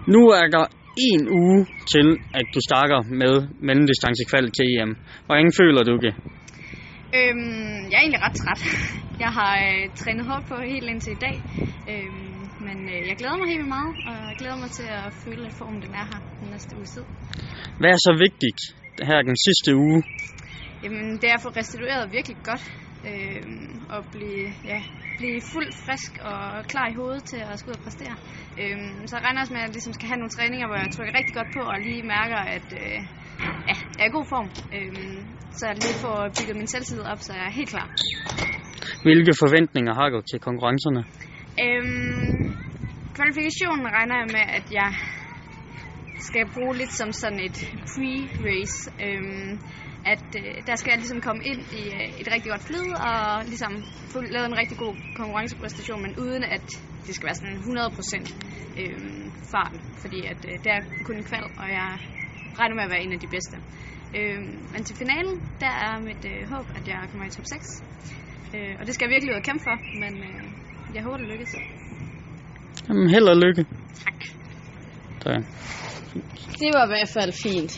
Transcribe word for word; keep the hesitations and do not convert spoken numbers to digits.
Nu er der en uge til, at du starter med mellemdistancekval til E M. Hvordan føler du det? Øhm, jeg er egentlig ret træt. Jeg har øh, trænet hårdt på helt indtil i dag. Øhm, men øh, jeg glæder mig helt vildt meget, og jeg glæder mig til at føle, at formen den er her den næste uge tid. Hvad er så vigtigt her den sidste uge? Jamen, det er at få restitueret virkelig godt. Øhm, og blive, ja, blive fuldt frisk og klar i hovedet til at skulle ud og præstere. Øhm, så jeg regner også med, at jeg ligesom skal have nogle træninger, hvor jeg trykker rigtig godt på og lige mærker, at øh, ja, jeg er i god form. Øhm, så jeg lige får bygget min selvtillid op, så jeg er helt klar. Hvilke forventninger har du til konkurrencerne? Øhm, kvalifikationen regner jeg med, at jeg skal bruge lidt som sådan et pre-race. Øhm, at øh, der skal jeg ligesom komme ind i øh, et rigtig godt flyde og ligesom få lavet en rigtig god konkurrencepræstation, men uden at det skal være sådan hundrede procent øh, fart, fordi at øh, det er kun en kval, og jeg regner med at være en af de bedste. Øh, men til finalen, der er mit øh, håb, at jeg kommer i top seks. Øh, og det skal jeg virkelig ud og kæmpe for, men øh, jeg håber, det lykkes. Jamen, held og lykke. Tak. Der. Det var i hvert fald fint.